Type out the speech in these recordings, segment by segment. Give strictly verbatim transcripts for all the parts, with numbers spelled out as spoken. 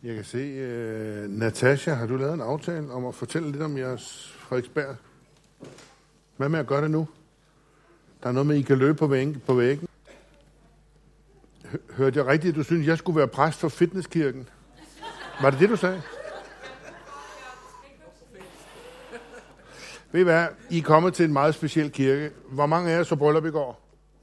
Jeg kan se, uh, Natasha, har du lavet en aftale om at fortælle lidt om jeres Frederiksberg? Hvad med at gøre det nu? Der er noget med, at I kan løbe på væggen. På væggen. Hørte jeg rigtigt, at du synes, jeg skulle være præst for Fitnesskirken? Var det det, du sagde? Ved I hvad? I er kommet til en meget speciel kirke. Hvor mange af jer så bryllup i går?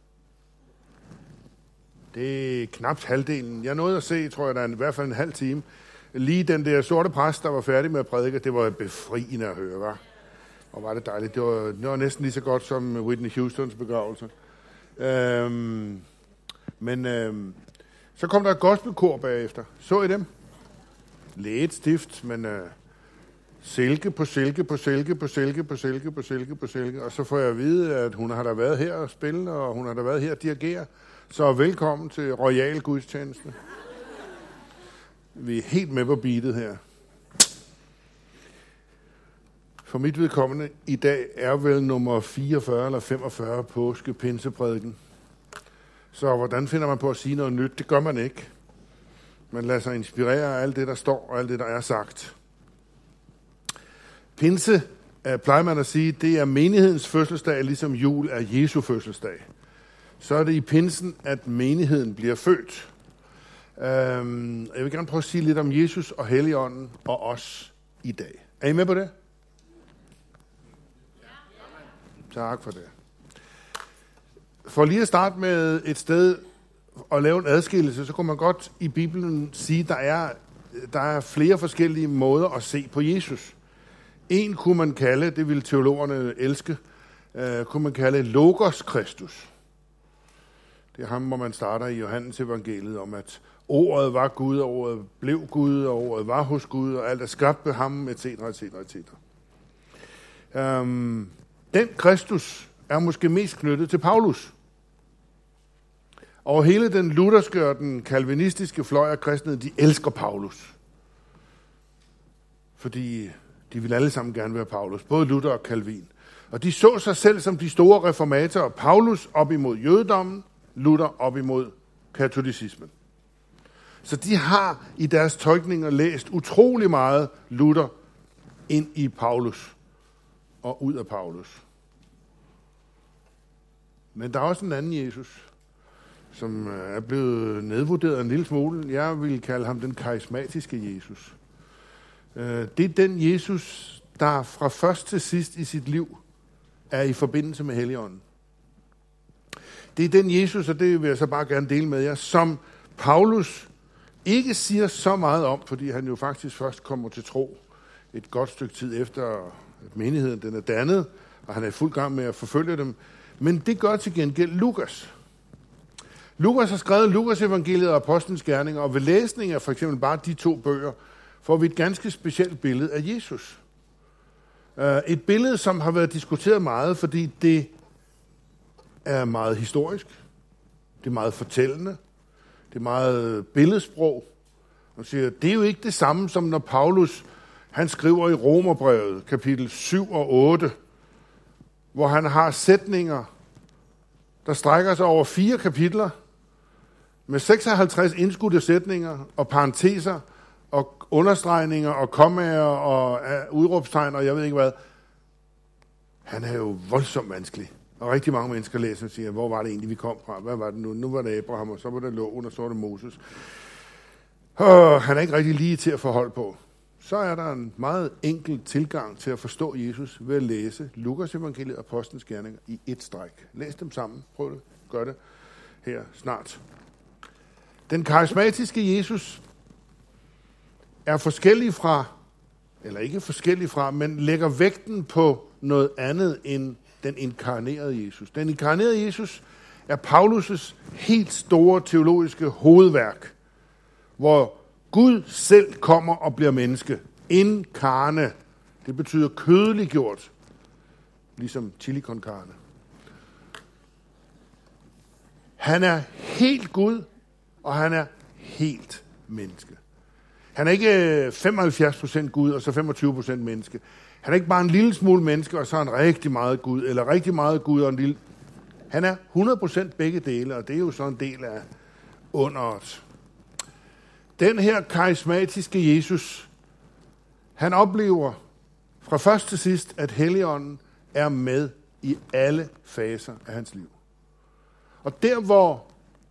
Det er knapt halvdelen. Jeg nåede at se, tror jeg, der er i hvert fald en halv time. Lige den der sorte præst, der var færdig med at prædike, det var befriende at høre, hva'? Og var det dejligt. Det var, det var næsten lige så godt som Whitney Houstons begravelse. Øhm, men øhm, så kom der et gospelkor bagefter. Så I dem? Lidt stift, men øh, silke på silke på silke på silke på silke på silke på silke. Og så får jeg at vide, at hun har da været her og spille, og hun har da været her og dirigere. Så velkommen til Royal Gudstjeneste. Vi er helt med på beatet her. For mit vedkommende i dag er vel nummer fireogfyrre eller femogfyrre påske pinseprædiken. Så hvordan finder man på at sige noget nyt? Det gør man ikke. Man lader sig inspirere af alt det, der står og alt det, der er sagt. Pinse, plejer man at sige, det er menighedens fødselsdag, ligesom jul er Jesu fødselsdag. Så er det i pinsen, at menigheden bliver født. Øhm, jeg vil gerne prøve at sige lidt om Jesus og Helligånden og os i dag. Er I med på det? Tak for det. For lige at starte med et sted og lave en adskillelse, så kunne man godt i Bibelen sige, at der er, der er flere forskellige måder at se på Jesus. En kunne man kalde, det ville teologerne elske, uh, kunne man kalde Logos Kristus. Det er ham, hvor man starter i Johannes evangeliet om, at ordet var Gud, og ordet blev Gud, og ordet var hos Gud, og alt er skabt ved ham, et cetera, et cetera, et cetera. Um, den Kristus er måske mest knyttet til Paulus. Og hele den lutherske og den kalvinistiske fløj af kristenheden, de elsker Paulus. Fordi de vil alle sammen gerne være Paulus, både Luther og Calvin. Og de så sig selv som de store reformatorer. Paulus op imod jødedommen, Luther op imod katolicismen. Så de har i deres tolkninger læst utrolig meget Luther ind i Paulus og ud af Paulus. Men der er også en anden Jesus, som er blevet nedvurderet en lille smule. Jeg vil kalde ham den karismatiske Jesus. Det er den Jesus, der fra først til sidst i sit liv er i forbindelse med Helligånden. Det er den Jesus, og det vil jeg så bare gerne dele med jer, som Paulus ikke siger så meget om, fordi han jo faktisk først kommer til tro et godt stykke tid efter, at menigheden den er dannet, og han er i fuld gang med at forfølge dem. Men det gør til gengæld Lukas. Lukas har skrevet Lukas evangeliet og Apostlenes Gerninger, og ved læsning af for eksempel bare de to bøger, får vi et ganske specielt billede af Jesus. Et billede, som har været diskuteret meget, fordi det er meget historisk, det er meget fortællende, det er meget billedsprog. Man siger, det er jo ikke det samme som når Paulus, han skriver i Romerbrevet, kapitel syv og otte, hvor han har sætninger, der strækker sig over fire kapitler, med seksoghalvtreds indskudte sætninger og parenteser, og understregninger og kommaer og udråbstegn og jeg ved ikke hvad. Han er jo voldsomt vanskelig. Og rigtig mange mennesker læser og siger, hvor var det egentlig, vi kom fra? Hvad var det nu? Nu var det Abraham, og så var det loven, og så var det Moses. Og han er ikke rigtig lige til at forholde på. Så er der en meget enkel tilgang til at forstå Jesus ved at læse Lukas evangeliet og Apostlenes Gerninger i et stræk. Læs dem sammen. Prøv det. Gør det her snart. Den karismatiske Jesus er forskellig fra, eller ikke forskellig fra, men lægger vægten på noget andet end den inkarnerede Jesus. Den inkarnerede Jesus er Paulus' helt store teologiske hovedværk, hvor Gud selv kommer og bliver menneske. Inkarne. Det betyder kødeliggjort, ligesom chili con carne. Han er helt Gud, og han er helt menneske. Han er ikke femoghalvfjerds procent Gud, og så femogtyve procent menneske. Han er ikke bare en lille smule menneske, og så er han rigtig meget Gud, eller rigtig meget Gud og en lille... Han er hundrede procent begge dele, og det er jo så en del af underet. Den her karismatiske Jesus, han oplever fra først til sidst, at Helligånden er med i alle faser af hans liv. Og der, hvor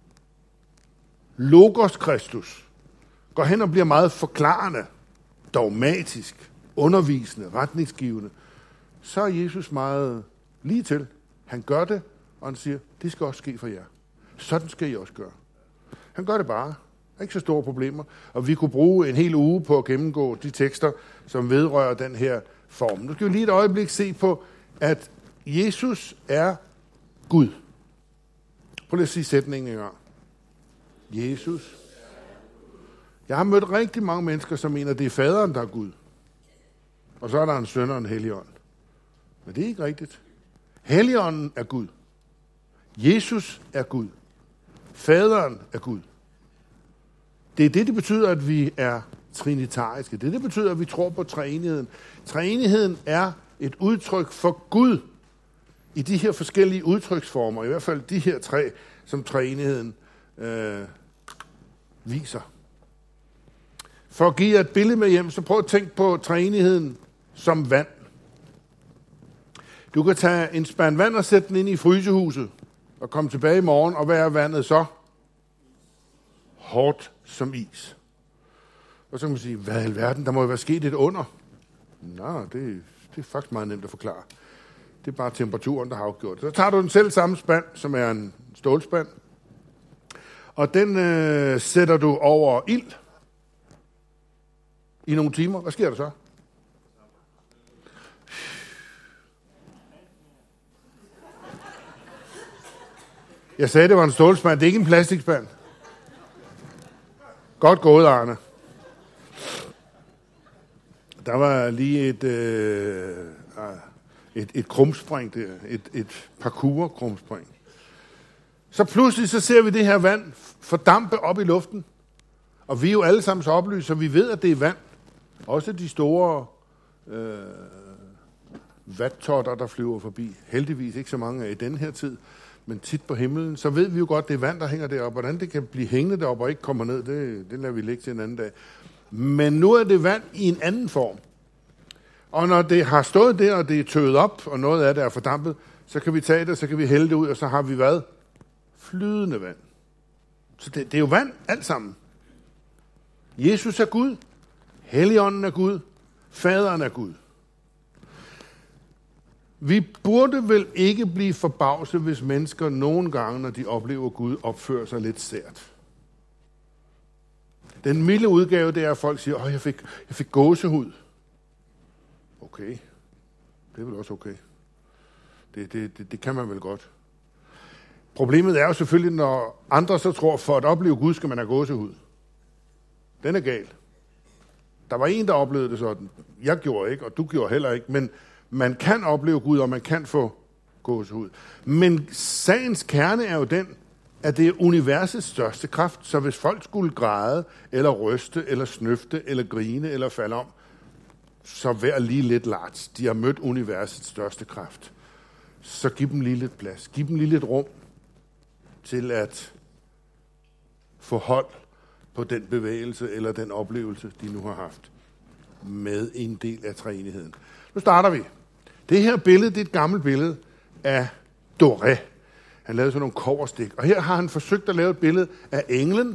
Logos Kristus går hen og bliver meget forklarende, dogmatisk, undervisende, retningsgivende, så er Jesus meget lige til. Han gør det, og han siger, det skal også ske for jer. Sådan skal I også gøre. Han gør det bare. Ikke så store problemer. Og vi kunne bruge en hel uge på at gennemgå de tekster, som vedrører den her form. Nu skal vi lige et øjeblik se på, at Jesus er Gud. Prøv lige at sige sætningen en gang. Jesus. Jeg har mødt rigtig mange mennesker, som mener, at det er faderen, der er Gud. Og så er der en søn og en helligånd. Men det er ikke rigtigt. Helligånden er Gud. Jesus er Gud. Faderen er Gud. Det er det, det betyder, at vi er trinitariske. Det er det, det betyder, at vi tror på treenigheden. Treenigheden er et udtryk for Gud i de her forskellige udtryksformer. I hvert fald de her tre, som treenigheden øh, viser. For at give jer et billede med hjem, så prøv at tænke på treenigheden som vand. Du kan tage en spand vand og sætte den ind i frysehuset og komme tilbage i morgen, og hvad er vandet så? Hårdt som is. Og så kan man sige, hvad i alverden, der må jo være sket et under. Nå, det, det er faktisk meget nemt at forklare. Det er bare temperaturen, der har afgjort det. Så tager du den selv samme spand, som er en stålspand, og den øh, sætter du over ild i nogle timer. Hvad sker der så? Jeg sagde, det var en stålspand. Det er ikke en plastikspand. Godt gået, Arne. Der var lige et, øh, et, et krumspring der. Et, et parkour-krumspring. Så pludselig så ser vi det her vand fordampe op i luften. Og vi er jo alle sammen så oplyst, så vi ved, at det er vand. Også de store øh, vattotter, der flyver forbi. Heldigvis ikke så mange af i den her tid. Men tit på himlen, så ved vi jo godt, det er vand, der hænger deroppe. Hvordan det kan blive hængende deroppe og ikke kommer ned, det, det lader vi lægge til en anden dag. Men nu er det vand i en anden form. Og når det har stået der, og det er tøet op, og noget af det er fordampet, så kan vi tage det, så kan vi hælde det ud, og så har vi hvad? Flydende vand. Så det, det er jo vand alt sammen. Jesus er Gud. Helligånden er Gud. Faderen er Gud. Vi burde vel ikke blive forbavset, hvis mennesker nogle gange, når de oplever Gud, opfører sig lidt sært. Den milde udgave, det er, at folk siger, åh, jeg fik, jeg fik gåsehud. Okay, det er vel også okay. Det, det, det, det kan man vel godt. Problemet er jo selvfølgelig, når andre så tror, for at opleve Gud, skal man have gåsehud. Den er gal. Der var en, der oplevede det sådan. Jeg gjorde ikke, og du gjorde heller ikke, men man kan opleve Gud, og man kan få gåsehud. Men sagens kerne er jo den, at det er universets største kraft. Så hvis folk skulle græde, eller ryste, eller snøfte, eller grine, eller falde om, så vær lige lidt lart. De har mødt universets største kraft. Så giv dem lige lidt plads. Giv dem lige lidt rum til at få hold på den bevægelse, eller den oplevelse, de nu har haft med en del af treenigheden. Nu starter vi. Det her billede, det er et gammelt billede af Doré. Han lavede sådan nogle kobberstik. Og her har han forsøgt at lave et billede af englen,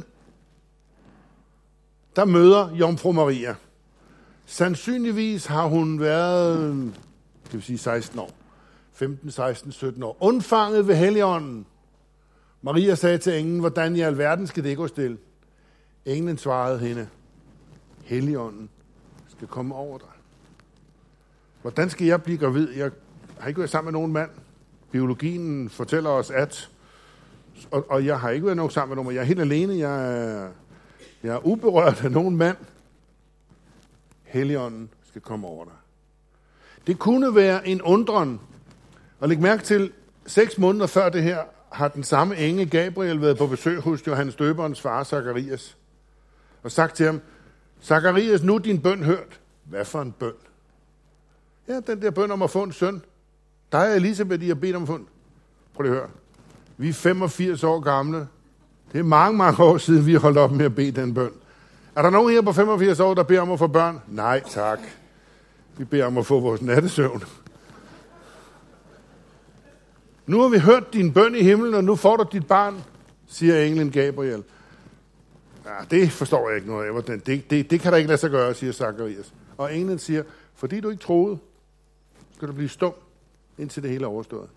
der møder Jomfru Maria. Sandsynligvis har hun været, skal vi sige, seksten år. femten, seksten, sytten år. Undfanget ved Helligånden. Maria sagde til englen, hvordan i alverden skal det gå stille? Englen svarede hende, Helligånden skal komme over dig. Hvordan skal jeg blive gravid? Jeg har ikke været sammen med nogen mand. Biologien fortæller os, at... Og, og jeg har ikke været nogen sammen med nogen. Jeg er helt alene. Jeg er, jeg er uberørt af nogen mand. Helligånden skal komme over dig. Det kunne være en undren. Og læg mærke til, seks måneder før det her, har den samme engel Gabriel været på besøg hos Johannes Døberens far, Zakarias. Og sagt til ham, Zakarias, nu er din bøn hørt. Hvad for en bøn? Ja, den der bøn om at få en søn. Der er Elisabeth, I har bedt om at få en. Prøv lige at høre. Vi er femogfirs år gamle. Det er mange, mange år siden, vi har holdt op med at bede den bøn. Er der nogen her på femogfirs år, der beder om at få børn? Nej, tak. Vi beder om at få vores nattesøvn. Nu har vi hørt din bøn i himlen, og nu får du dit barn, siger englen Gabriel. Ja, det forstår jeg ikke noget af. Hvordan. Det, det, det kan der ikke lade sig gøre, siger Zakarias. Og englen siger, fordi du ikke troede, skal du blive stum, indtil det hele er overstået.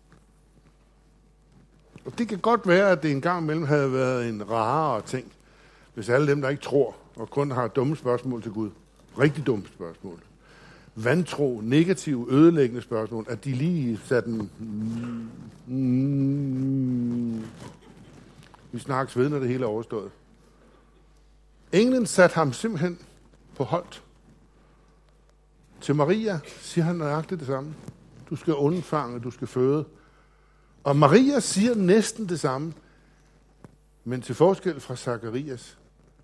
Og det kan godt være, at det engang imellem havde været en rarere ting, hvis alle dem, der ikke tror, og kun har dumme spørgsmål til Gud, rigtig dumme spørgsmål, vantro, negative, ødelæggende spørgsmål, at de lige satte en... Mm, vi snakkes ved, når det hele er overstået. Englen satte ham simpelthen på holdt. Til Maria siger han nøjagtigt det samme. Du skal undfange, du skal føde. Og Maria siger næsten det samme, men til forskel fra Zakarias,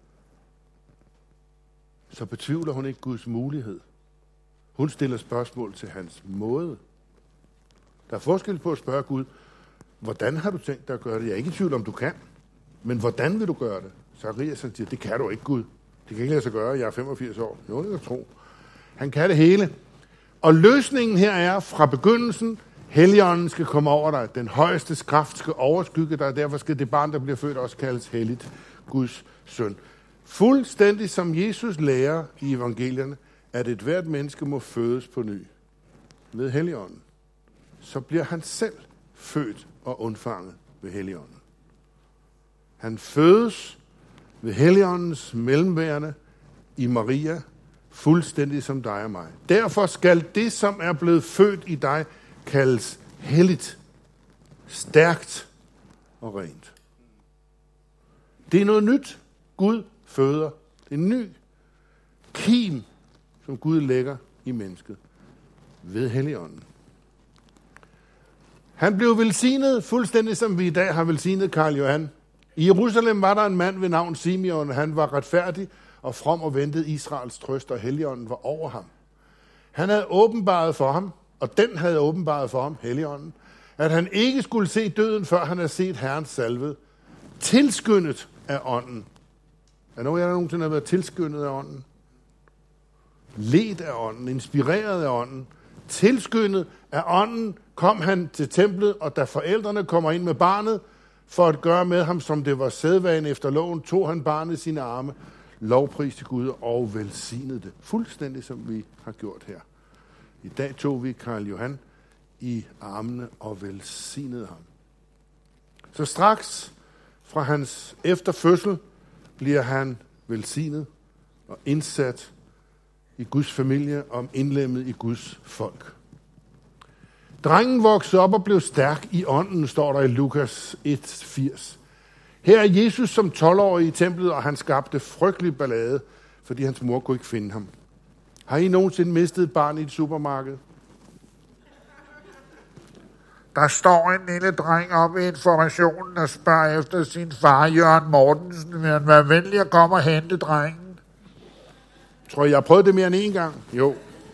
så betvivler hun ikke Guds mulighed. Hun stiller spørgsmål til hans måde. Der er forskel på at spørge Gud, hvordan har du tænkt dig at gøre det? Jeg er ikke i tvivl om, du kan, men hvordan vil du gøre det? Zakarias siger, det kan du ikke, Gud. Det kan ikke lade sig gøre, jeg er femogfirs år. Jo, det kan tro. Han kan det hele. Og løsningen her er fra begyndelsen, Helligånden skal komme over dig. Den højeste kraft skal overskygge dig. Derfor skal det barn, der bliver født, også kaldes helligt, Guds søn. Fuldstændig som Jesus lærer i evangelierne, at et hvert menneske må fødes på ny ved Helligånden. Så bliver han selv født og undfanget ved Helligånden. Han fødes ved Helligåndens mellemværende i Maria, fuldstændig som dig og mig. Derfor skal det, som er blevet født i dig, kaldes helligt, stærkt og rent. Det er noget nyt, Gud føder. Det er en ny kim, som Gud lægger i mennesket ved Helligånden. Han blev velsignet, fuldstændig som vi i dag har velsignet Karl Johan. I Jerusalem var der en mand ved navn Simeon. Han var retfærdig og from og ventede Israels trøst, og Helligånden var over ham. Han havde åbenbaret for ham, og den havde åbenbaret for ham, Helligånden, at han ikke skulle se døden, før han havde set Herrens salvede, tilskyndet af ånden. Er nogen af jer, der nogensinde har været tilskyndet af ånden? Ledt af ånden, inspireret af ånden, tilskyndet af ånden, kom han til templet, og da forældrene kommer ind med barnet, for at gøre med ham, som det var sædvane efter loven, tog han barnet i sine arme, lovpriste Gud og velsignede det. Fuldstændig som vi har gjort her. I dag tog vi Karl Johan i armene og velsignede ham. Så straks fra hans efterfødsel bliver han velsignet og indsat i Guds familie og indlemmet i Guds folk. Drengen voksede op og blev stærk i ånden, står der i Lukas et firs. Her er Jesus som tolv-årig i templet, og han skabte frygtelig ballade, fordi hans mor kunne ikke finde ham. Har I nogensinde mistet et barn i et supermarked? Der står en lille dreng op i informationen og spørger efter sin far, Jørgen Mortensen. Vil han være venlig at komme og hente drengen? Tror I, jeg har prøvet det mere end en gang? Jo.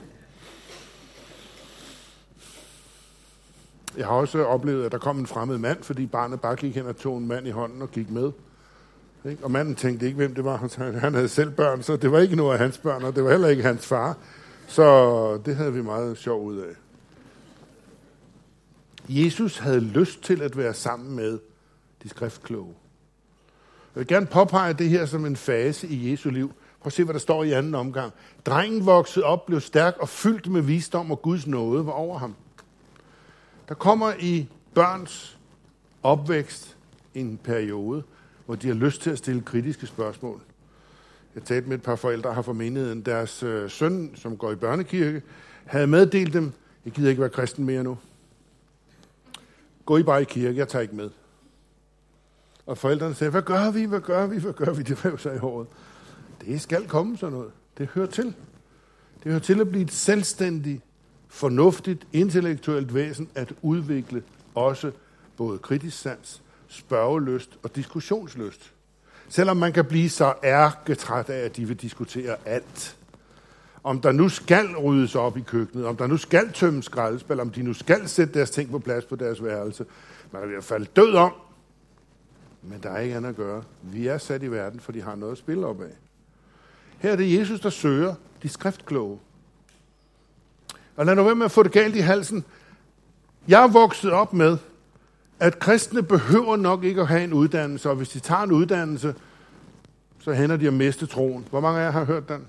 Jeg har også oplevet, at der kom en fremmed mand, fordi barnet bare gik hen og tog en mand i hånden og gik med. Og manden tænkte ikke, hvem det var. Han havde selv børn, så det var ikke noget af hans børn, og det var heller ikke hans far. Så det havde vi meget sjov ud af. Jesus havde lyst til at være sammen med de skriftkloge. Jeg vil gerne påpege det her som en fase i Jesu liv. Prøv at se, hvad der står i anden omgang. Drengen voksede op, blev stærk og fyldt med visdom, og Guds nåde var over ham. Der kommer i børns opvækst en periode, hvor de har lyst til at stille kritiske spørgsmål. Jeg talte med et par forældre, der har fra menigheden. Deres øh, søn, som går i børnekirke, havde meddelt dem, jeg gider ikke være kristen mere nu. Gå I bare i kirke, jeg tager ikke med. Og forældrene sagde, hvad gør vi, hvad gør vi, hvad gør vi? Det rev sig i håret. Det skal komme sådan noget. Det hører til. Det hører til at blive et selvstændigt, fornuftigt, intellektuelt væsen at udvikle også både kritisk sans, spørgelyst og diskussionslyst. Selvom man kan blive så ærgertræt af, at de vil diskutere alt. Om der nu skal ryddes op i køkkenet, om der nu skal tømmes skraldespand, om de nu skal sætte deres ting på plads på deres værelse. Man er ved at falde død om, men der er ikke andet at gøre. Vi er sat i verden, for de har noget at spille op af. Her er det Jesus, der søger de skriftkloge. Og lad nu være med at få det galt i halsen. Jeg er vokset op med, at kristne behøver nok ikke at have en uddannelse, og hvis de tager en uddannelse, så hænder de at miste troen. Hvor mange af jer har hørt den?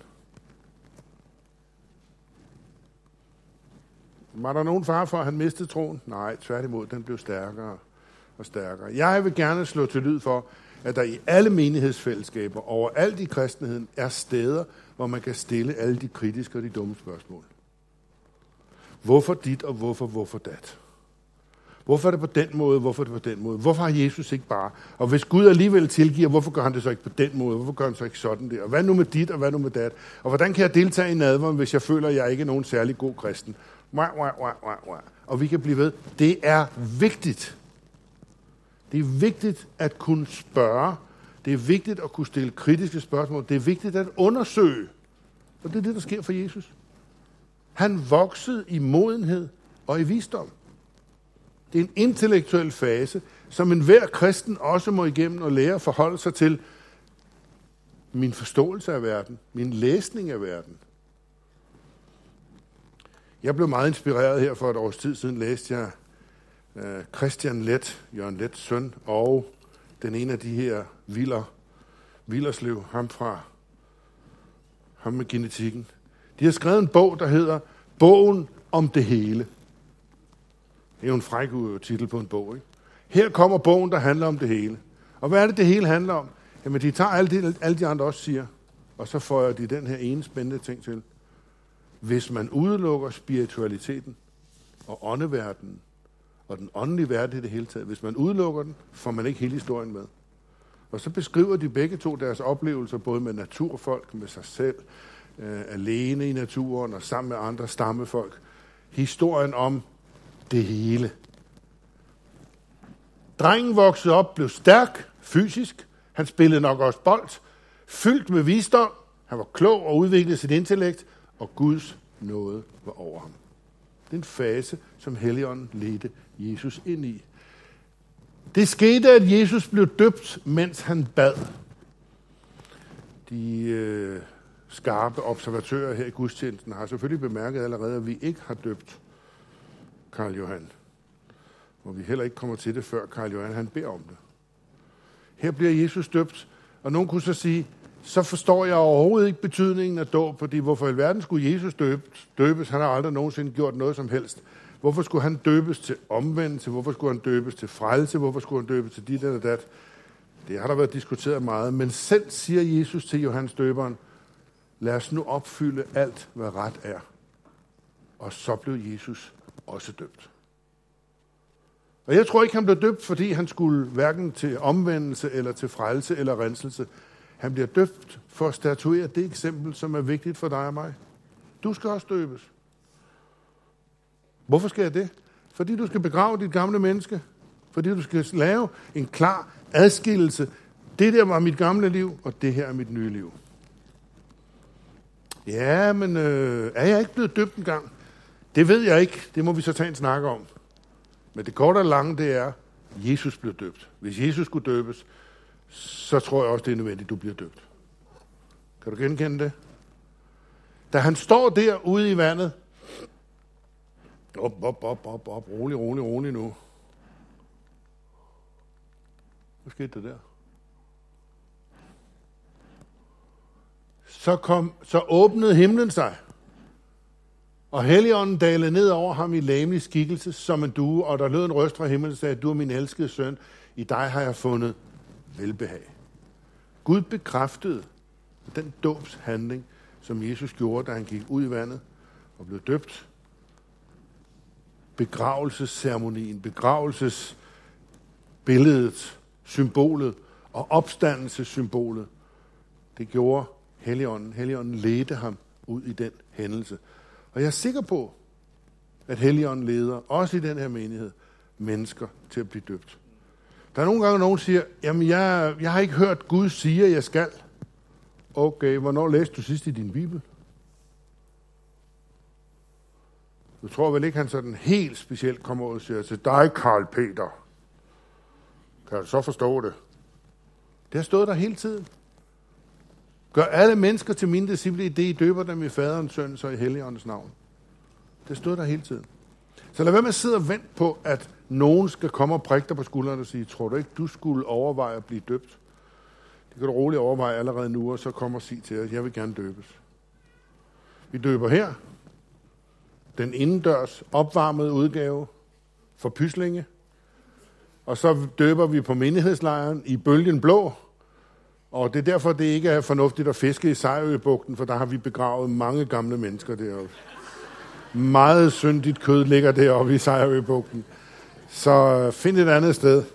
Var der nogen fare for, at han mistede troen? Nej, tværtimod, den blev stærkere og stærkere. Jeg vil gerne slå til lyd for, at der i alle menighedsfællesskaber, overalt i kristenheden, er steder, hvor man kan stille alle de kritiske og de dumme spørgsmål. Hvorfor dit, og hvorfor, hvorfor dat? Hvorfor er det på den måde, hvorfor er det på den måde? Hvorfor har Jesus ikke bare? Og hvis Gud alligevel tilgiver, hvorfor gør han det så ikke på den måde? Hvorfor gør han så ikke sådan der? Og hvad nu med dit, og hvad nu med dat? Og hvordan kan jeg deltage i nadveren, hvis jeg føler, at jeg ikke er nogen særlig god kristen? Wah, wah, wah, wah, wah. Og vi kan blive ved. Det er vigtigt. Det er vigtigt at kunne spørge. Det er vigtigt at kunne stille kritiske spørgsmål. Det er vigtigt at undersøge. Og det er det, der sker for Jesus. Han voksede i modenhed og i visdom. Det er en intellektuel fase, som enhver kristen også må igennem og lære at forholde sig til min forståelse af verden, min læsning af verden. Jeg blev meget inspireret her for et års tid siden, læste jeg uh, Christian Leth, Jørgen Leths søn, og den ene af de her Willer, Willerslev, ham fra ham med genetikken. De har skrevet en bog, der hedder Bogen om det hele. Det er jo en fræk titel på en bog, ikke? Her kommer bogen, der handler om det hele. Og hvad er det, det hele handler om? Jamen, de tager alle de, alle de andre også siger, og så får de den her ene spændende ting til. Hvis man udelukker spiritualiteten og åndeverdenen og den åndelige verden i det hele taget, hvis man udelukker den, får man ikke hele historien med. Og så beskriver de begge to deres oplevelser, både med naturfolk, med sig selv, øh, alene i naturen og sammen med andre stammefolk. Historien om det hele. Drengen voksede op, blev stærk fysisk. Han spillede nok også bold, fyldt med visdom. Han var klog og udviklede sit intellekt, og Guds nåde var over ham. Det er en fase, som Helligånden ledte Jesus ind i. Det skete, at Jesus blev døbt, mens han bad. De øh, skarpe observatører her i gudstjenesten har selvfølgelig bemærket allerede, at vi ikke har døbt Karl Johan. Og vi heller ikke kommer til det, før Karl Johan han beder om det. Her bliver Jesus døbt, og nogen kunne så sige, så forstår jeg overhovedet ikke betydningen af dåb, fordi hvorfor i alverden skulle Jesus døbes? døbes? Han har aldrig nogensinde gjort noget som helst. Hvorfor skulle han døbes til omvendelse? Hvorfor skulle han døbes til frelse? Hvorfor skulle han døbes til dit eller dat? Det har der været diskuteret meget, men selv siger Jesus til Johannes døberen, lad os nu opfylde alt, hvad ret er. Og så blev Jesus også døbt. Og jeg tror ikke, han blev døbt, fordi han skulle hverken til omvendelse eller til frelse eller renselse. Han bliver døbt for at statuere det eksempel, som er vigtigt for dig og mig. Du skal også døbes. Hvorfor skal jeg det? Fordi du skal begrave dit gamle menneske. Fordi du skal lave en klar adskillelse. Det der var mit gamle liv, og det her er mit nye liv. Ja, men øh, er jeg ikke blevet døbt engang? Det ved jeg ikke. Det må vi så tage en snak om. Men det korte og lange, det er, Jesus blev døbt. Hvis Jesus skulle døbes, så tror jeg også, det er nødvendigt, at du bliver døbt. Kan du genkende det? Da han står der ude i vandet, op, op, op, op, op, rolig, rolig, rolig nu. Hvad skete der der? Så, kom, så åbnede himlen sig, og Helligånden dalede ned over ham i legemlig skikkelse som en due, og der lød en røst fra himlen, der sagde, du er min elskede søn, i dig har jeg fundet velbehag. Gud bekræftede den dåbshandling, som Jesus gjorde, da han gik ud i vandet og blev døbt. Begravelsesceremonien, begravelsesbilledet, symbolet og opstandelsessymbolet, det gjorde Helligånden. Helligånden ledte ham ud i den hændelse. Og jeg er sikker på, at Helligånden leder, også i den her menighed, mennesker til at blive døbt. Der er nogle gange, nogen siger, jamen jeg, jeg har ikke hørt Gud sige, at jeg skal. Okay, hvornår læste du sidst i din Bibel? Du tror vel ikke, han sådan helt specielt kommer ud og siger til dig, Karl Peter. Kan du så forstå det? Det har stået der hele tiden. Gør alle mennesker til mine disciple, i det I døber dem i faderens, søns og i Helligåndens navn. Det stod der hele tiden. Så lad være med at sidde og vente på, at nogen skal komme og prikke dig på skulderen og sige, tror du ikke, du skulle overveje at blive døbt? Det kan du roligt overveje allerede nu, og så kommer og sige til os, jeg vil gerne døbes. Vi døber her. Den indendørs opvarmede udgave for Pyslinge. Og så døber vi på menighedslejren i bølgen blå. Og det er derfor, det ikke er fornuftigt at fiske i Sejerøbugten, for der har vi begravet mange gamle mennesker deroppe. Meget syndigt kød ligger deroppe i Sejerøbugten. Så find et andet sted.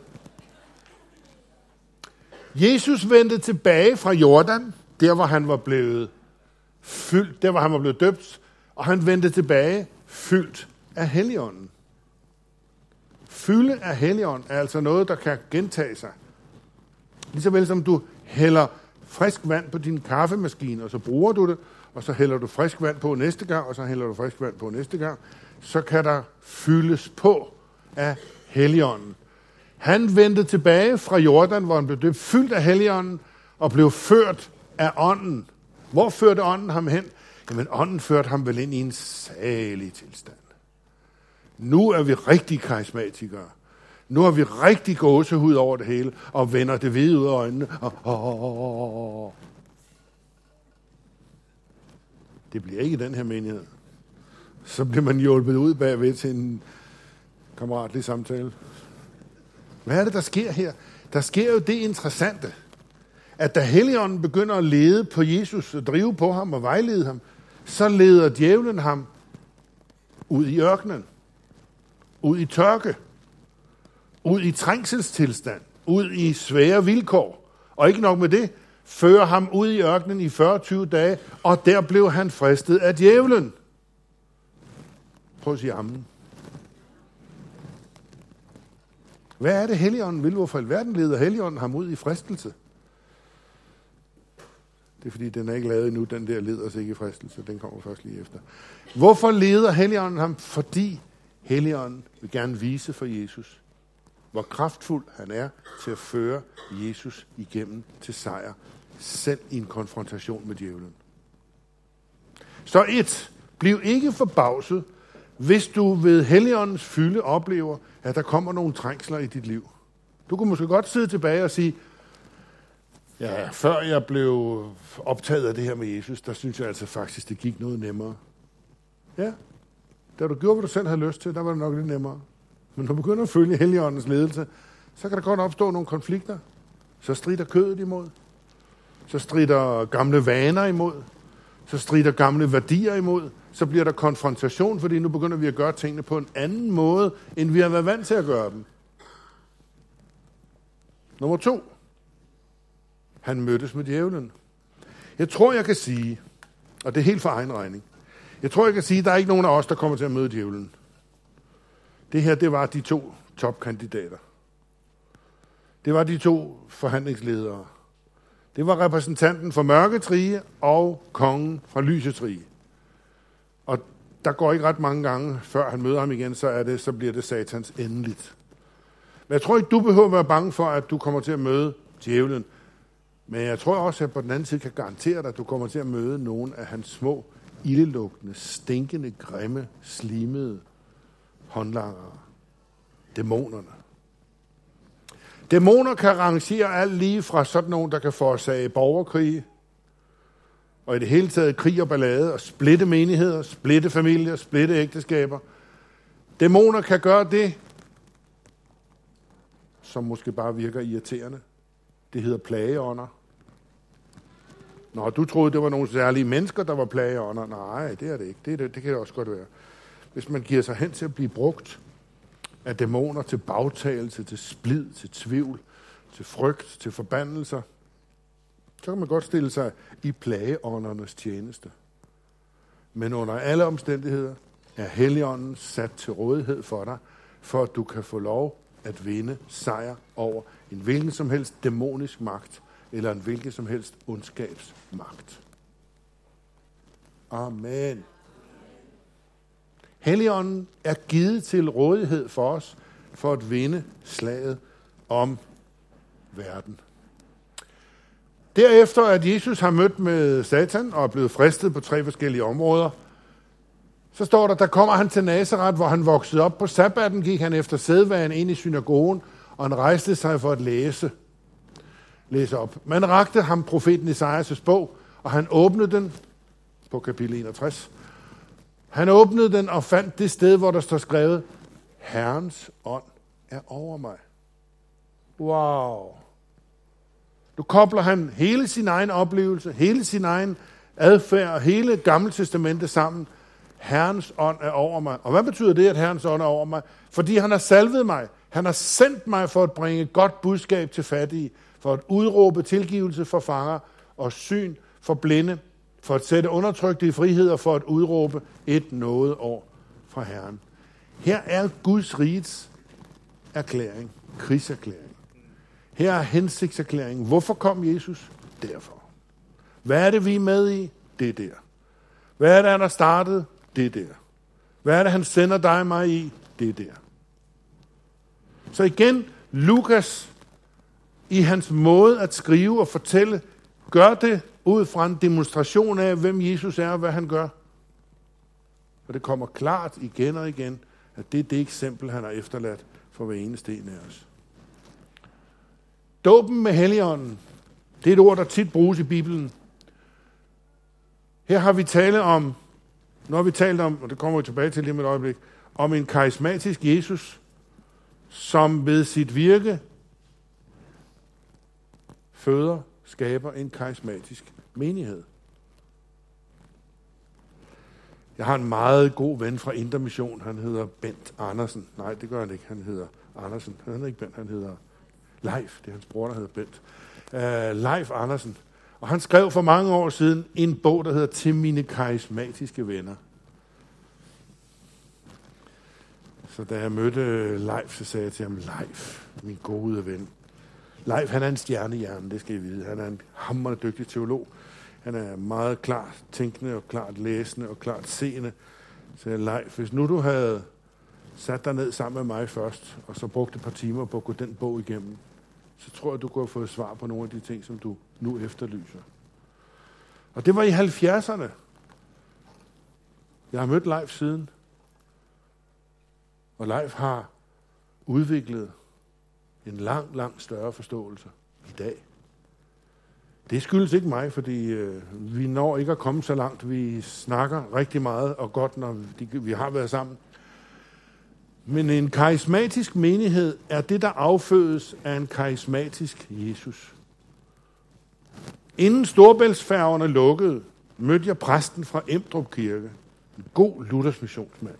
Jesus vendte tilbage fra Jordan, der hvor han var blevet fyldt, der hvor han var blevet døbt, og han vendte tilbage fyldt af Helligånden. Fylde af Helligånden er altså noget, der kan gentage sig. Ligeså vel som du hælder frisk vand på din kaffemaskine, og så bruger du det, og så hælder du frisk vand på næste gang, og så hælder du frisk vand på næste gang, så kan der fyldes på af Helligånden. Han vendte tilbage fra Jordan, hvor han blev døbt, fyldt af Helligånden, og blev ført af Ånden. Hvor førte Ånden ham hen? Jamen, Ånden førte ham vel ind i en salig tilstand. Nu er vi rigtig karismatikere. Nu har vi rigtig gåsehud over det hele, og vender det hvide ud af øjnene. Oh, oh, oh, oh. Det bliver ikke i den her menighed. Så bliver man hjulpet ud bagved til en kammeratlig samtale. Hvad er det, der sker her? Der sker jo det interessante, at da Helligånden begynder at lede på Jesus, og drive på ham og vejlede ham, så leder djævlen ham ud i ørkenen, ud i tørke, ud i trængselstilstand, ud i svære vilkår. Og ikke nok med det, fører ham ud i ørkenen i fyrre til tyve dage, og der blev han fristet af djævlen. Prøv at sige amen. Hvad er det, Helligånden vil? Hvorfor i alverden leder Helligånden ham ud i fristelse? Det er fordi, den er ikke lavet endnu, den der leder os ikke i fristelse. Den kommer først lige efter. Hvorfor leder Helligånden ham? Fordi Helligånden vil gerne vise for Jesus, hvor kraftfuld han er til at føre Jesus igennem til sejr, selv i en konfrontation med djævlen. Så et, bliv ikke forbavset, hvis du ved Helligåndens fylde oplever, at der kommer nogle trængsler i dit liv. Du kunne måske godt sidde tilbage og sige, ja, før jeg blev optaget af det her med Jesus, der synes jeg altså faktisk, det gik noget nemmere. Ja, da du gjorde, hvad du selv havde lyst til, der var det nok lidt nemmere. Men når du begynder at følge Helligåndens ledelse, så kan der godt opstå nogle konflikter. Så strider kødet imod. Så strider gamle vaner imod. Så strider gamle værdier imod. Så bliver der konfrontation, fordi nu begynder vi at gøre tingene på en anden måde, end vi har været vant til at gøre dem. Nummer to. Han mødtes med djævlen. Jeg tror, jeg kan sige, og det er helt for egen regning, jeg tror, jeg kan sige, at der er ikke nogen af os, der kommer til at møde djævlen. Det her, det var de to topkandidater. Det var de to forhandlingsledere. Det var repræsentanten for mørkets rige og kongen fra lysets rige. Og der går ikke ret mange gange, før han møder ham igen, så, er det, så bliver det satans endeligt. Men jeg tror ikke, du behøver at være bange for, at du kommer til at møde djævlen. Men jeg tror også, at jeg på den anden side kan garantere dig, at du kommer til at møde nogle af hans små, ildelugtende, stinkende, grimme, slimede håndlangere. Dæmonerne. Dæmoner kan rangere alt lige fra sådan nogen, der kan forårsage borgerkrige, og i det hele taget krig og ballade, og splitte menigheder, splitte familier, splitte ægteskaber. Dæmoner kan gøre det, som måske bare virker irriterende. Det hedder plageånder. Nå, du troede, det var nogle særlige mennesker, der var plageånder. Nej, det er det ikke. Det, er det, det kan det også godt være. Hvis man giver sig hen til at blive brugt af dæmoner til bagtagelse, til splid, til tvivl, til frygt, til forbandelser, så kan man godt stille sig i plageåndernes tjeneste. Men under alle omstændigheder er Helligånden sat til rådighed for dig, for at du kan få lov at vinde sejr over en hvilken som helst dæmonisk magt, eller en hvilken som helst ondskabsmagt. Amen. Helligånden er givet til rådighed for os, for at vinde slaget om verden. Derefter, at Jesus har mødt med Satan og er blevet fristet på tre forskellige områder, så står der, der kommer han til Nazaret, hvor han voksede op. På sabbaten gik han efter sædvanen ind i synagogen, og han rejste sig for at læse. Læse op. Man rakte ham profeten Esajas' bog, og han åbnede den på kapitel enogtres. Han åbnede den og fandt det sted, hvor der står skrevet, Herrens ånd er over mig. Wow. Nu kobler han hele sin egen oplevelse, hele sin egen adfærd og hele Gamle Testamente sammen. Herrens ånd er over mig. Og hvad betyder det, at Herrens ånd er over mig? Fordi han har salvet mig. Han har sendt mig for at bringe godt budskab til fattige, for at udråbe tilgivelse for fanger og syn for blinde, for at sætte undertrykte i frihed og for at udråbe et nådeår fra Herren. Her er Guds rigets erklæring, krigserklæring. Her er hensigtserklæringen. Hvorfor kom Jesus? Derfor. Hvad er det, vi er med i? Det er der. Hvad er det, han har startet? Det er der. Hvad er det, han sender dig og mig i? Det er der. Så igen, Lukas, i hans måde at skrive og fortælle, gør det ud fra en demonstration af, hvem Jesus er og hvad han gør. Og det kommer klart igen og igen, at det er det eksempel, han har efterladt for hver eneste en af os. Dåben med Helligånden, det er et ord, der tit bruges i Bibelen. Her har vi tale om, nu har vi talt om, og det kommer vi tilbage til lige med et øjeblik, om en karismatisk Jesus, som ved sit virke føder, skaber en karismatisk menighed. Jeg har en meget god ven fra Indre Mission, han hedder Bent Andersen. Nej, det gør han ikke, han hedder Andersen. Han hedder ikke Bent, han hedder Leif, det er hans bror, der hedder Bent. Uh, Leif Andersen. Og han skrev for mange år siden en bog, der hedder Til mine karismatiske venner. Så da jeg mødte Leif, så sagde jeg til ham, Leif, min gode ven. Leif, han er en stjernehjerne, det skal I vide. Han er en hammerende dygtig teolog. Han er meget klart tænkende og klart læsende og klart seende. Så jeg, Leif, hvis nu du havde sat dig ned sammen med mig først, og så brugt et par timer på at gå den bog igennem, så tror jeg, du kunne have fået svar på nogle af de ting, som du nu efterlyser. Og det var i halvfjerdserne. Jeg har mødt Leif siden. Og Leif har udviklet en langt, langt større forståelse i dag. Det skyldes ikke mig, fordi øh, vi når ikke at komme så langt. Vi snakker rigtig meget og godt, når de, vi har været sammen. Men en karismatisk menighed er det, der affødes af en karismatisk Jesus. Inden Storebæltsfærgerne lukkede, mødte jeg præsten fra Emdrup Kirke. En god Luthers missionsmand.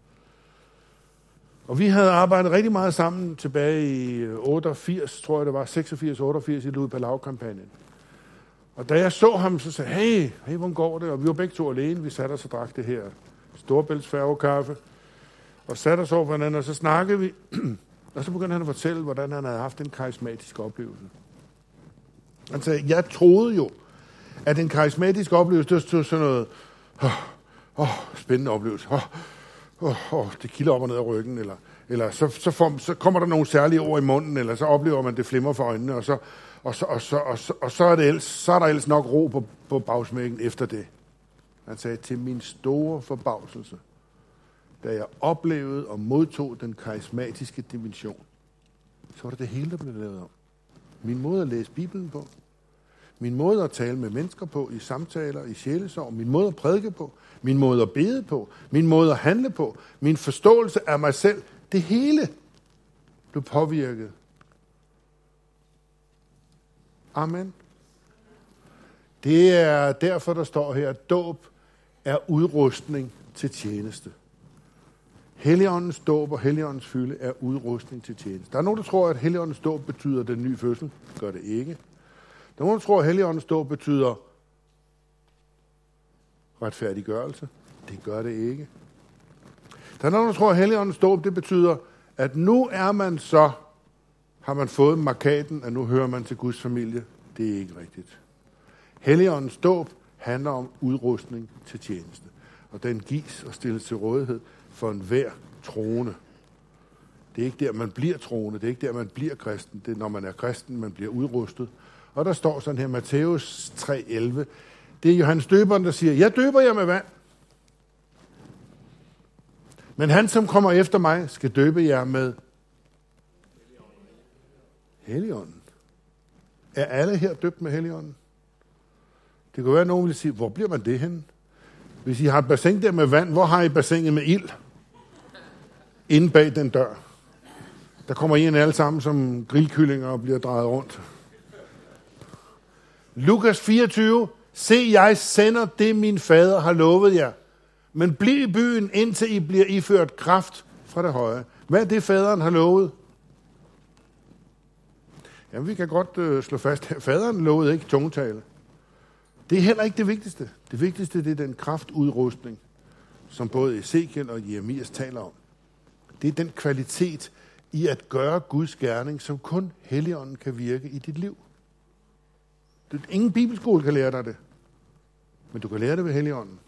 Og vi havde arbejdet rigtig meget sammen tilbage i otteogfirs, tror jeg det var, seksogfirs otteogfirs i Lude-Palau-kampagnen. Og da jeg så ham, så sagde jeg, hey, hey, hvordan går det? Og vi var begge to alene, vi satte os og drak det her Storebæltsfærgekaffe. Og satte os over for hinanden, og så snakkede vi. Og så begyndte han at fortælle, hvordan han havde haft en karismatisk oplevelse. Han sagde, jeg troede jo, at en karismatisk oplevelse, det var sådan noget, åh, oh, spændende oplevelse, åh, oh, oh, det kilder op og ned af ryggen, eller, eller så, så, får, så kommer der nogle særlige ord i munden, eller så oplever man det flimmer for øjnene, og så, og så, og så, og så, og så, er, det ellers, så er der ellers nok ro på, på bagsmækken efter det. Han sagde, til min store forbavselse, da jeg oplevede og modtog den karismatiske dimension, så var det det hele, der blev lavet om. Min måde at læse Bibelen på, min måde at tale med mennesker på, i samtaler, i sjælesorg, min måde at prædike på, min måde at bede på, min måde at handle på, min forståelse af mig selv, det hele blev påvirket. Amen. Det er derfor, der står her, at dåb er udrustning til tjeneste. Helligåndens dåb og Helligåndens fylde er udrustning til tjeneste. Der er nogen, der tror, at Helligåndens dåb betyder den nye fødsel. Det gør det ikke. Der er nogen, der tror, at Helligåndens dåb betyder retfærdiggørelse. Det gør det ikke. Der er nogen, der tror, at Helligåndens dåb det betyder, at nu er man så, har man fået markaden, at nu hører man til Guds familie. Det er ikke rigtigt. Helligåndens dåb handler om udrustning til tjeneste. Og den gives og stilles til rådighed for enhver troende. Det er ikke der, man bliver troende. Det er ikke der, man bliver kristen. Det er, når man er kristen, man bliver udrustet. Og der står sådan her, Matthæus tre elleve. Det er Johannes døberen, der siger, jeg døber jer med vand. Men han, som kommer efter mig, skal døbe jer med Helligånden. Er alle her døbt med Helligånden? Det kan være, at nogen vil sige, hvor bliver man det henne? Hvis I har et bassin der med vand, hvor har I bassinet med ild? Inde bag den dør. Der kommer I ind alle sammen som grillkyllinger og bliver drejet rundt. Lukas fireogtyve. Se, jeg sender det, min fader har lovet jer. Men bliv i byen, indtil I bliver iført kraft fra det høje. Hvad er det, faderen har lovet? Jamen, vi kan godt øh, slå fast, at faderen lovede ikke tungetale. Det er heller ikke det vigtigste. Det vigtigste, det er den kraftudrustning, som både Ezekiel og Jeremias taler om. Det er den kvalitet i at gøre Guds gerning, som kun Helligånden kan virke i dit liv. Det, ingen bibelskole kan lære dig det, men du kan lære det ved Helligånden.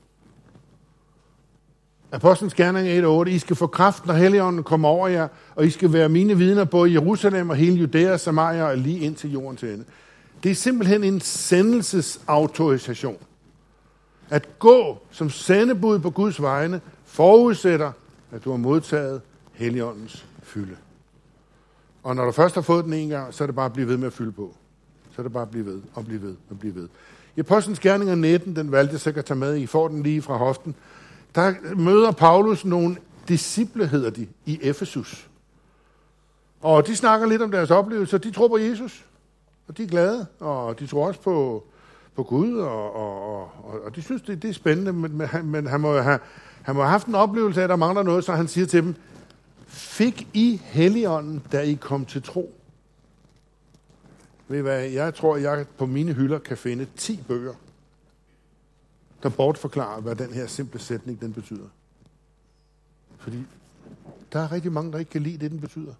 Apostlenes gerning et otte. I skal få kraft, når Helligånden kommer over jer, og I skal være mine vidner både i Jerusalem og hele Judæa, Samaria og lige ind til jordens ende. Det er simpelthen en sendelsesautorisation. At gå som sendebud på Guds vegne forudsætter, at du har modtaget Helligåndens fylde. Og når du først har fået den en gang, så er det bare at blive ved med at fylde på. Så er det bare at blive ved og blive ved og blive ved. I Apostlenes gerninger nitten, den valgte jeg sikkert at tage med, I får den lige fra hoften, der møder Paulus nogle disciple, hedder de, i Efesus. Og de snakker lidt om deres oplevelser. De tror på Jesus, og de er glade, og de tror også på, på Gud, og, og, og, og de synes, det, det er spændende, men, men, men han, må have, han må have haft en oplevelse af, at der mangler noget, så han siger til dem, fik I Helligånden, da I kom til tro? Ved I hvad, jeg tror, jeg på mine hylder kan finde ti bøger, der bortforklarer, hvad den her simple sætning, den betyder. Fordi der er rigtig mange, der ikke kan lide det, den betyder.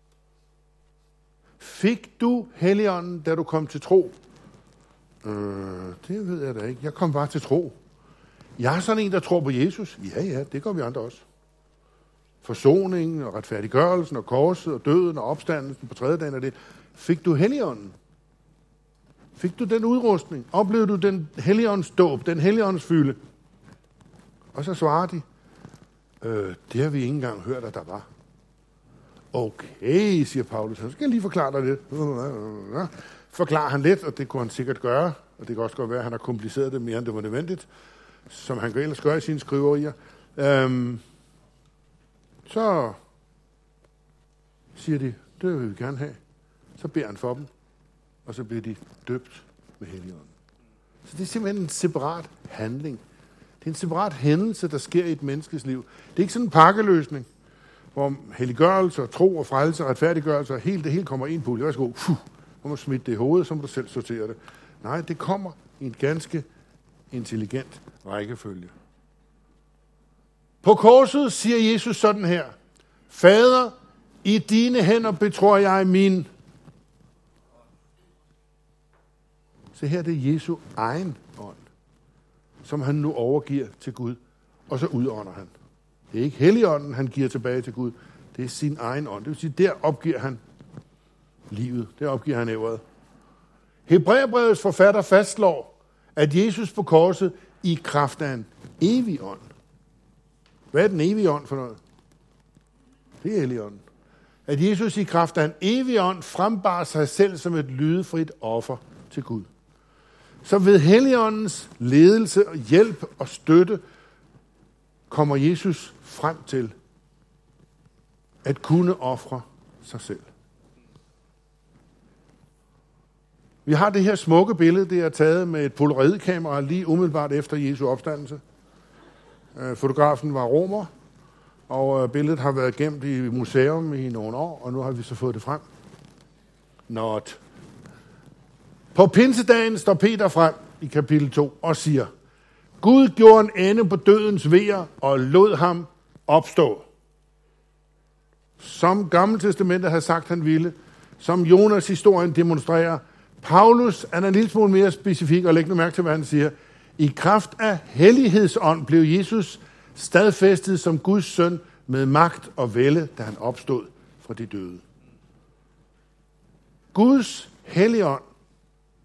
Fik du Helligånden, da du kom til tro? Øh, det ved jeg da ikke. Jeg kom bare til tro. Jeg er sådan en, der tror på Jesus. Ja, ja, det gør vi andre også. Forsoningen og retfærdiggørelsen og korset og døden og opstandelsen på tredje dagen af det. Fik du Helligånden? Fik du den udrustning? Oplevede du den Helligåndens dåb, den Helligåndens fylde? Og så svarer de, øh, det har vi ikke engang hørt, at der var. Okay, siger Paulus, så skal jeg lige forklare dig lidt. Forklarer han lidt, og det kunne han sikkert gøre, og det kan også godt være, at han har kompliceret det mere, end det var nødvendigt, som han ellers gør i sine skriverier. Øhm, så siger de, det vil vi gerne have. Så beder han for dem, og så bliver de døbt med Helligånden. Så det er simpelthen en separat handling. Det er en separat hændelse, der sker i et menneskes liv. Det er ikke sådan en pakkeløsning, hvor helliggørelse, tro og frelse og retfærdiggørelse, og helt, det hele kommer i en pulje. Værsgo, fuh, må man smitte det i hovedet, så må du selv sortere det. Nej, det kommer i en ganske intelligent rækkefølge. På korset siger Jesus sådan her, Fader, i dine hænder betror jeg min. Så her er det Jesu egen ånd, som han nu overgiver til Gud, og så udånder han. Det er ikke Helligånden, han giver tilbage til Gud. Det er sin egen ånd. Det vil sige, der opgiver han livet. Der opgiver han ævret. Hebræerbrevets forfatter fastslår, at Jesus på korset i kraft af en evig ånd. Hvad er den evige ånd for noget? Det er Helligånden. At Jesus i kraft af en evig ånd frembar sig selv som et lydefrit offer til Gud. Så ved Helligåndens ledelse og hjælp og støtte kommer Jesus frem til at kunne ofre sig selv. Vi har det her smukke billede, det er taget med et polaroidkamera lige umiddelbart efter Jesu opstandelse. Fotografen var romer, og billedet har været gemt i museum i nogle år, og nu har vi så fået det frem. Not. På pinsedagen står Peter frem i kapitel to og siger, Gud gjorde en ende på dødens vejer og lod ham opstå. Som Gammeltestamentet har sagt, han ville, som Jonas historien demonstrerer, Paulus er en lille smule mere specifik, og læg nu mærke til, hvad han siger. I kraft af hellighedsånd blev Jesus stadfæstet som Guds søn med magt og vælde, da han opstod fra de døde. Guds helligånd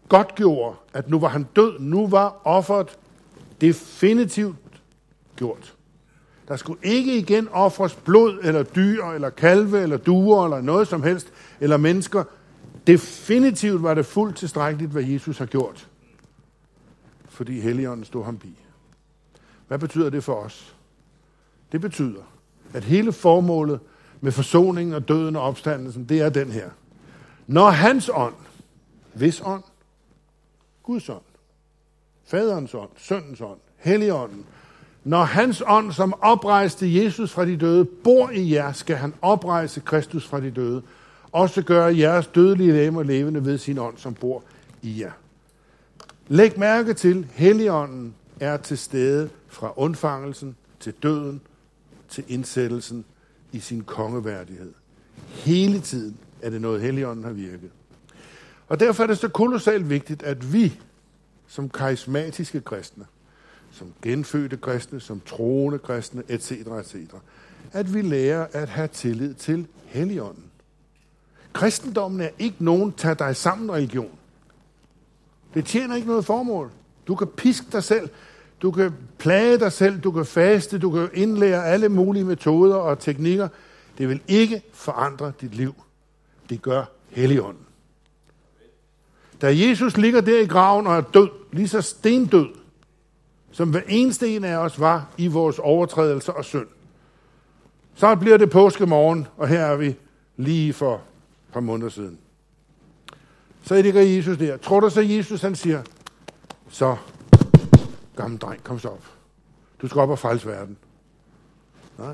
godtgjorde, at nu var han død. Nu var offeret definitivt gjort. Der skulle ikke igen ofres blod, eller dyr, eller kalve, eller duer, eller noget som helst, eller mennesker. Definitivt var det fuldt tilstrækkeligt, hvad Jesus har gjort. Fordi Helligånden stod ham bi. Hvad betyder det for os? Det betyder, at hele formålet med forsoningen og døden og opstandelsen, det er den her. Når hans ånd, hvis ånd, Guds ånd, faderens ånd, søndens ånd, Helligånden, når hans ånd, som oprejste Jesus fra de døde, bor i jer, skal han oprejse Kristus fra de døde, også gøre jeres dødelige legemer levende ved sin ånd, som bor i jer. Læg mærke til, Helligånden er til stede fra undfangelsen til døden, til indsættelsen i sin kongeværdighed. Hele tiden er det noget, Helligånden har virket. Og derfor er det så kolossalt vigtigt, at vi, som karismatiske kristne, som genfødte kristne, som troende kristne, et cetera, et cetera, at vi lærer at have tillid til Helligånden. Kristendommen er ikke nogen tag dig sammen religion. Det tjener ikke noget formål. Du kan piske dig selv, du kan plage dig selv, du kan faste, du kan indlære alle mulige metoder og teknikker. Det vil ikke forandre dit liv. Det gør Helligånden. Da Jesus ligger der i graven og er død, lige så stendød, som hver eneste en af os var i vores overtrædelser og synd, så bliver det påskemorgen, og her er vi lige for et par måneder siden. Så ligger Jesus der. Tror du så, Jesus han siger, så gammel dreng, kom så op. Du skal op og frelse verden. Nej.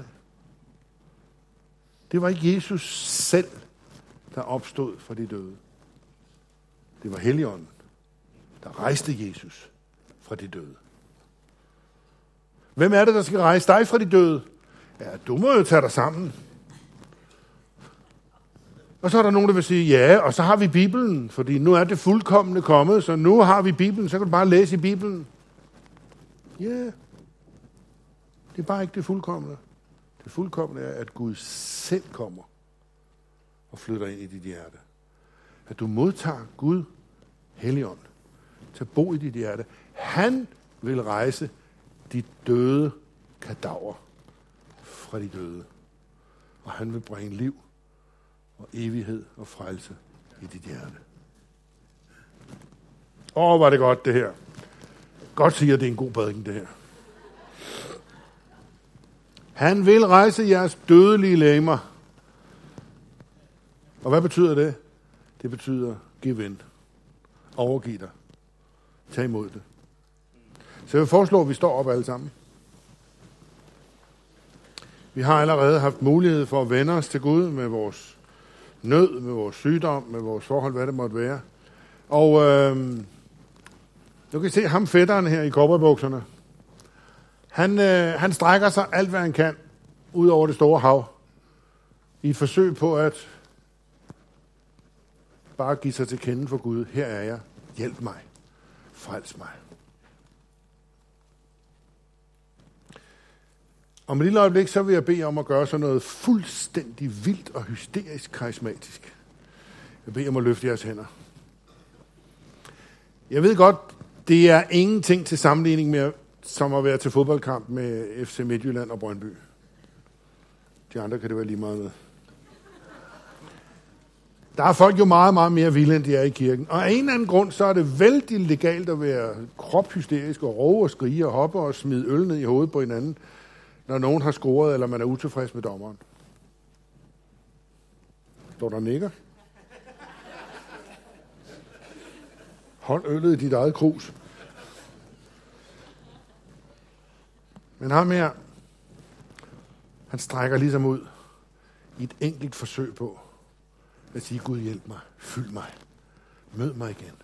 Det var ikke Jesus selv, der opstod fra de døde. Det var Helligånden, der rejste Jesus fra de døde. Hvem er det, der skal rejse dig fra de døde? Ja, du må jo tage dig sammen. Og så er der nogen, der vil sige, ja, og så har vi Bibelen, fordi nu er det fuldkommende kommet, så nu har vi Bibelen, så kan du bare læse i Bibelen. Ja, det er bare ikke det fuldkommende. Det fuldkommende er, at Gud selv kommer og flytter ind i dit hjerte. At du modtager Gud, Helligånd, til at bo i dit hjerte. Han vil rejse dit døde kadaver fra de døde. Og han vil bringe liv og evighed og frelse i dit hjerte. Åh, var det godt det her. Godt siger, at det er en god prædiken det her. Han vil rejse jeres dødelige legemer. Og hvad betyder det? Det betyder, giv ind. Overgiv dig. Tag imod det. Så jeg vil foreslå, at vi står op alle sammen. Vi har allerede haft mulighed for at vende os til Gud med vores nød, med vores sygdom, med vores forhold, hvad det måtte være. Og øh, nu kan I se ham fætteren her i cowboybukserne. Han, øh, han strækker sig alt, hvad han kan, ud over det store hav, i et forsøg på at bare give sig til kende for Gud. Her er jeg. Hjælp mig. Frels mig. Om et lille øjeblik, så vil jeg bede om at gøre sådan noget fuldstændig vildt og hysterisk karismatisk. Jeg beder om at løfte jeres hænder. Jeg ved godt, det er ingenting til sammenligning med, som at være til fodboldkamp med F C Midtjylland og Brøndby. De andre kan det være lige meget med. Der er folk jo meget, meget mere vilde, end de er i kirken. Og af en eller anden grund, så er det vældig legalt at være krophysterisk og råbe og skrige og hoppe og smide øl ned i hovedet på hinanden, når nogen har scoret, eller man er utilfreds med dommeren. Står der nikker? Hold øllet i dit eget krus. Men ham her, han strækker ligesom ud i et enkelt forsøg på at sige, Gud hjælp mig, fyld mig, mød mig igen.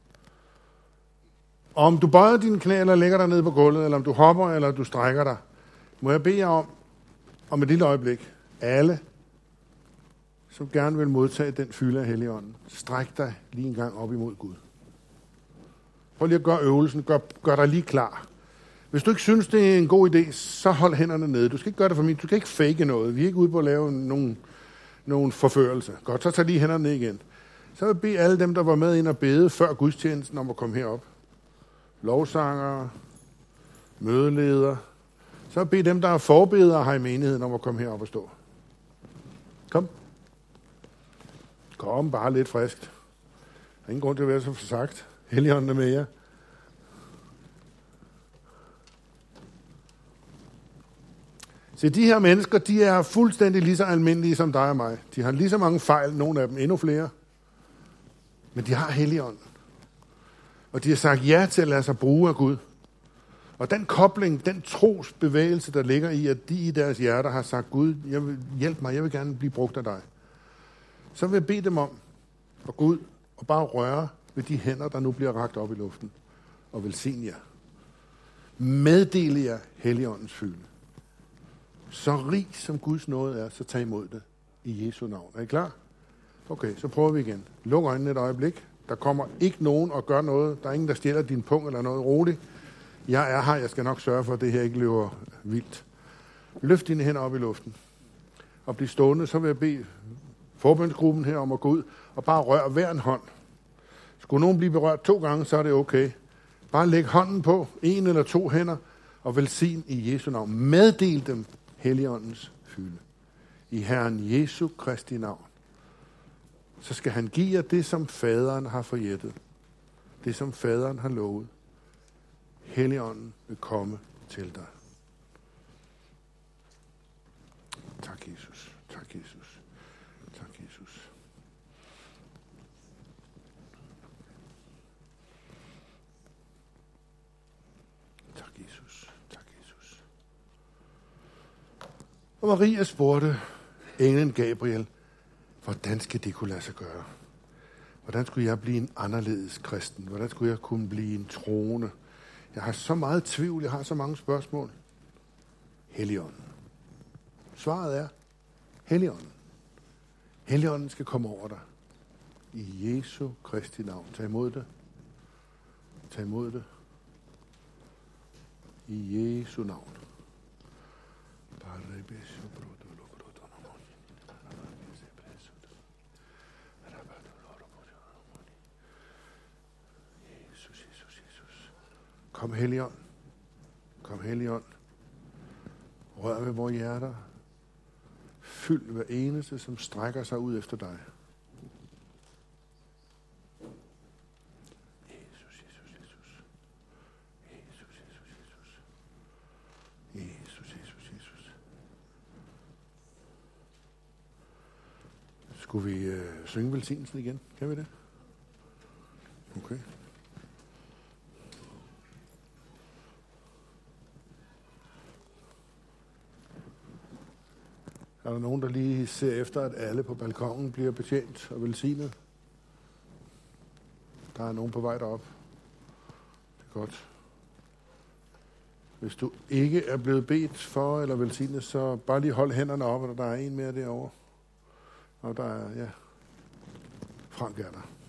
Og om du bøjer dine knæ, eller lægger dig ned på gulvet, eller om du hopper, eller du strækker dig, må jeg bede jer om, om et lille øjeblik, alle, som gerne vil modtage den fylde af Helligånden, stræk dig lige en gang op imod Gud. Prøv lige at gøre øvelsen, gør, gør dig lige klar. Hvis du ikke synes, det er en god idé, så hold hænderne nede. Du skal ikke gøre det for mig, du skal ikke fake noget. Vi er ikke ude på at lave nogen, nogen forførelse. Godt, så tag lige hænderne ned igen. Så vil jeg bede alle dem, der var med ind og bede før gudstjenesten, om at komme herop. Lovsangere, mødeledere. Så vil jeg bede dem, der er forbedere her i menigheden, om at komme herop og stå. Kom. Kom, bare lidt friskt. Der er ingen grund til at være så forsagt. Helligånden er med jer. Så de her mennesker, de er fuldstændig lige så almindelige som dig og mig. De har lige så mange fejl, nogle af dem endnu flere. Men de har Helligånden. Og de har sagt ja til at lade sig bruge af Gud. Og den kobling, den trosbevægelse, der ligger i, at de i deres hjerter har sagt, Gud, jeg vil, hjælp mig, jeg vil gerne blive brugt af dig. Så vil jeg bede dem om at gå ud og bare røre ved de hænder, der nu bliver rakt op i luften. Og velsigne jer. Meddele jer Helligåndens fylde. Så rig som Guds nåde er, så tag imod det i Jesu navn. Er I klar? Okay, så prøver vi igen. Luk øjnene et øjeblik. Der kommer ikke nogen og gør noget. Der er ingen, der stjæler din punkt eller noget. Roligt. Jeg er her. Jeg skal nok sørge for, at det her ikke løber vildt. Løft dine hænder op i luften. Og bliv stående. Så vil jeg bede forbundsgruppen her om at gå ud og bare røre hver en hånd. Skulle nogen blive berørt to gange, så er det okay. Bare læg hånden på, en eller to hænder, og velsign i Jesu navn. Meddel dem Helligåndens fylde. I Herren Jesu Kristi navn. Så skal han give jer det, som faderen har forjættet. Det, som faderen har lovet. Helligånden vil komme til dig. Tak, Jesus. Tak, Jesus. Tak, Jesus. Tak, Jesus. Tak, Jesus. Og Maria spurgte englen Gabriel, hvordan skal det kunne lade sig gøre? Hvordan skulle jeg blive en anderledes kristen? Hvordan skulle jeg kunne blive en troende? Jeg har så meget tvivl, jeg har så mange spørgsmål. Helligånden. Svaret er Helligånden. Helligånden skal komme over dig. I Jesu Kristi navn. Tag imod det. Tag imod det. I Jesu navn. Kom Helligånd. Kom Helligånd. Rør ved vores hjerter. Fyld hver eneste, som strækker sig ud efter dig. Jesus, Jesus, Jesus. Jesus, Jesus, Jesus. Jesus, Jesus, Jesus. Skulle vi øh, synge velsignelsen igen? Kan vi det? Okay. Er der nogen, der lige ser efter, at alle på balkongen bliver betjent og velsignet? Der er nogen på vej derop. Det er godt. Hvis du ikke er blevet bedt for eller velsignet, så bare lige hold hænderne op, og der er en mere derovre. Og der er, ja, Frank er der.